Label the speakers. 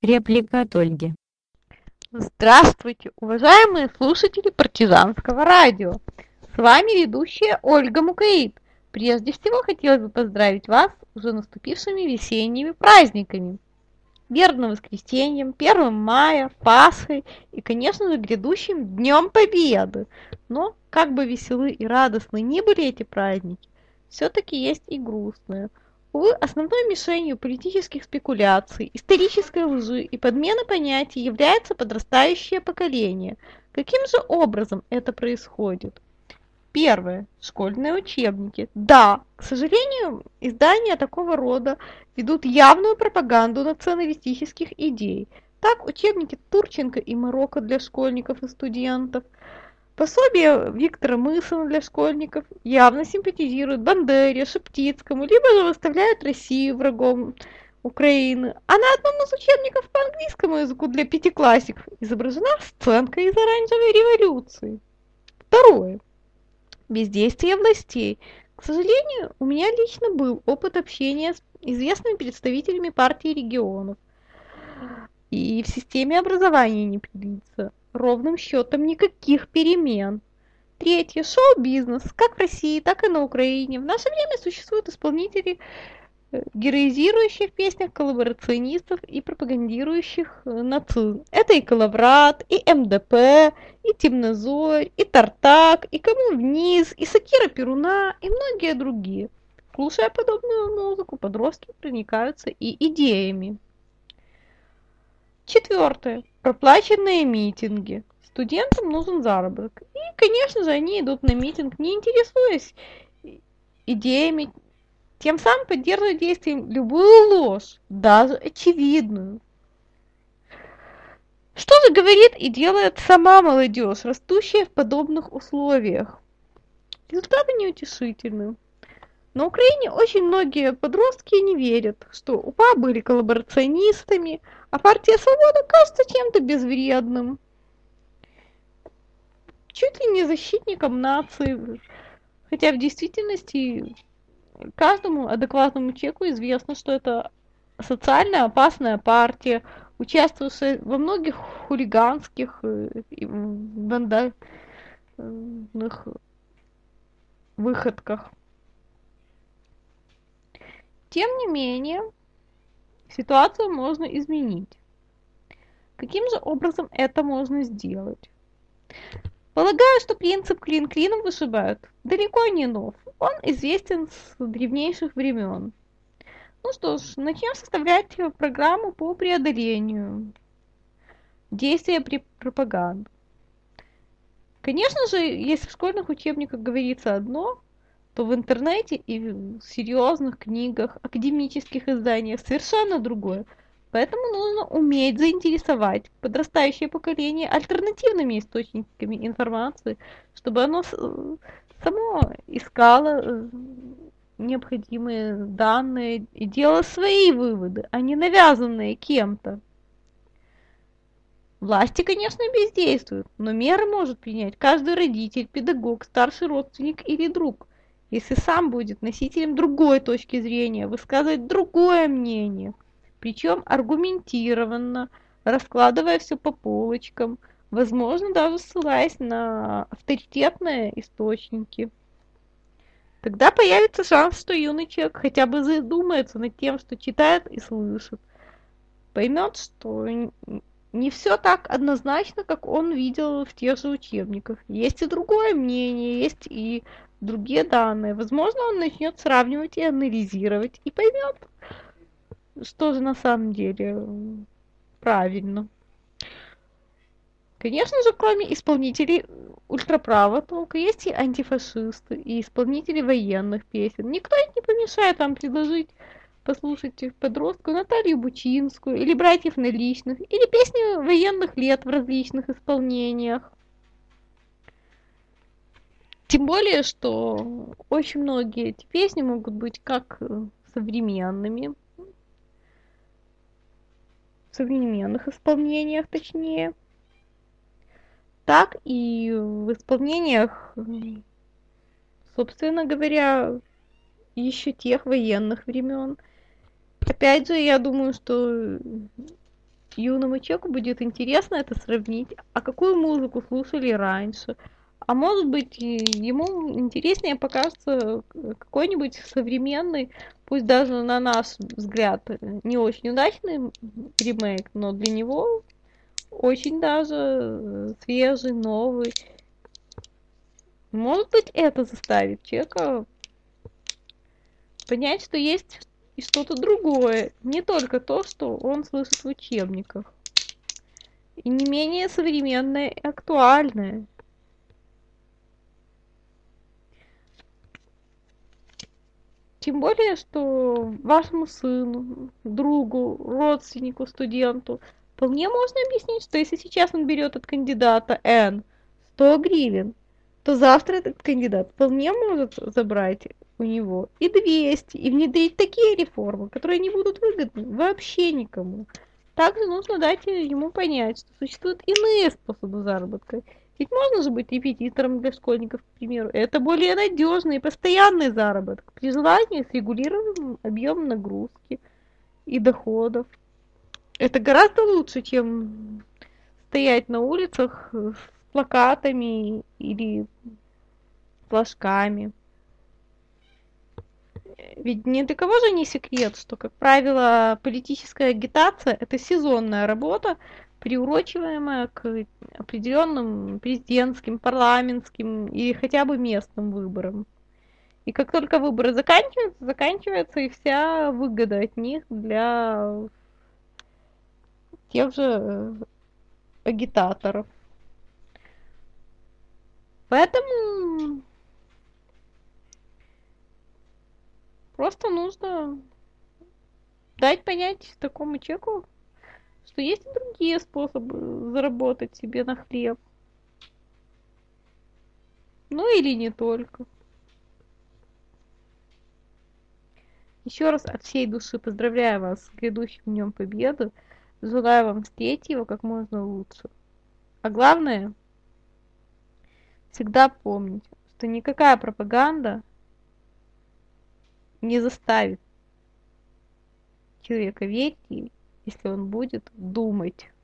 Speaker 1: Реплика от Ольги.
Speaker 2: Здравствуйте, уважаемые слушатели партизанского радио. С вами ведущая Ольга Мукаид. Прежде всего хотелось бы поздравить вас с уже наступившими весенними праздниками. Верным воскресеньем, 1 мая, Пасхой и, конечно же, грядущим Днем Победы. Но, как бы веселы и радостны ни были эти праздники, все-таки есть и грустные. Увы, основной мишенью политических спекуляций, исторической лжи и подмены понятий является подрастающее поколение. Каким же образом это происходит? Первое. Школьные учебники. Да, к сожалению, издания такого рода ведут явную пропаганду националистических идей. Так, учебники Турченко и Марокко для школьников и студентов, пособие Виктора Мысана для школьников явно симпатизируют Бандере, Шептицкому, либо же выставляют Россию врагом Украины. А на одном из учебников по английскому языку для пятиклассников изображена сценка из оранжевой революции. Второе. Бездействие властей. К сожалению, у меня лично был опыт общения с известными представителями партии регионов. И в системе образования не предвидится ровным счетом никаких перемен. Третье. Шоу-бизнес. Как в России, так и на Украине. В наше время существуют исполнители, героизирующих в песнях коллаборационистов и пропагандирующих нацизм. Это и Калаврат, и МДП, и Темнозорь, и Тартак, и Кому вниз, и Сакира Перуна, и многие другие. Слушая подобную музыку, подростки проникаются и идеями. Четвертое. Проплаченные митинги. Студентам нужен заработок. И, конечно же, они идут на митинг, не интересуясь идеями, тем самым поддерживая действием любую ложь, даже очевидную. Что же говорит и делает сама молодежь, растущая в подобных условиях? Результаты неутешительны. На Украине очень многие подростки не верят, что УПА были коллаборационистами, а партия Свобода кажется чем-то безвредным, чуть ли не защитником нации, хотя в действительности каждому адекватному человеку известно, что это социально опасная партия, участвовавшая во многих хулиганских и вандальных выходках. Тем не менее, ситуацию можно изменить. Каким же образом это можно сделать? Полагаю, что принцип клин клином вышибают далеко не нов. Он известен с древнейших времен. Ну что ж, начнем составлять программу по преодолению действия при пропаганде. Конечно же, если в школьных учебниках говорится одно, то в интернете и в серьезных книгах, академических изданиях совершенно другое. Поэтому нужно уметь заинтересовать подрастающее поколение альтернативными источниками информации, чтобы оно само искало необходимые данные и делало свои выводы, а не навязанные кем-то. Власти, конечно, бездействуют, но меры может принять каждый родитель, педагог, старший родственник или друг, если сам будет носителем другой точки зрения, высказывать другое мнение, причем аргументированно, раскладывая все по полочкам, возможно, даже ссылаясь на авторитетные источники. Тогда появится шанс, что юный человек хотя бы задумается над тем, что читает и слышит, поймет, что не все так однозначно, как он видел в тех же учебниках. Есть и другое мнение, есть и другие данные. Возможно, он начнет сравнивать и анализировать и поймет, что же на самом деле правильно. Конечно же, кроме исполнителей ультраправого толка, есть и антифашисты, и исполнители военных песен. Никто им не помешает вам предложить послушать подростку Наталью Бучинскую, или братьев Наличных, или песни военных лет в различных исполнениях. Тем более, что очень многие эти песни могут быть как современными, в современных исполнениях точнее, так и в исполнениях, собственно говоря, еще тех военных времен. Опять же, я думаю, что юному человеку будет интересно это сравнить, а какую музыку слушали раньше. А может быть, ему интереснее покажется какой-нибудь современный, пусть даже на наш взгляд не очень удачный ремейк, но для него очень даже свежий, новый. Может быть, это заставит человека понять, что есть и что-то другое, не только то, что он слышит в учебниках. И не менее современное и актуальное. Тем более, что вашему сыну, другу, родственнику, студенту вполне можно объяснить, что если сейчас он берет от кандидата N 100 гривен, то завтра этот кандидат вполне может забрать у него и 200, и внедрить такие реформы, которые не будут выгодны вообще никому. Также нужно дать ему понять, что существуют иные способы заработка. Ведь можно же быть репетитором для школьников, к примеру. Это более надежный и постоянный заработок, при желании с регулируемым объемом нагрузки и доходов. Это гораздо лучше, чем стоять на улицах с плакатами или флажками. Ведь ни для кого же не секрет, что, как правило, политическая агитация – это сезонная работа, приурочиваемая к определенным президентским, парламентским или хотя бы местным выборам. И как только выборы заканчиваются, заканчивается и вся выгода от них для тех же агитаторов. Поэтому просто нужно дать понять такому человеку, что есть и другие способы заработать себе на хлеб. Ну или не только. Еще раз от всей души поздравляю вас с грядущим Днем Победы. Желаю вам встретить его как можно лучше. А главное, всегда помнить, что никакая пропаганда не заставит человека верить ей, если он будет думать.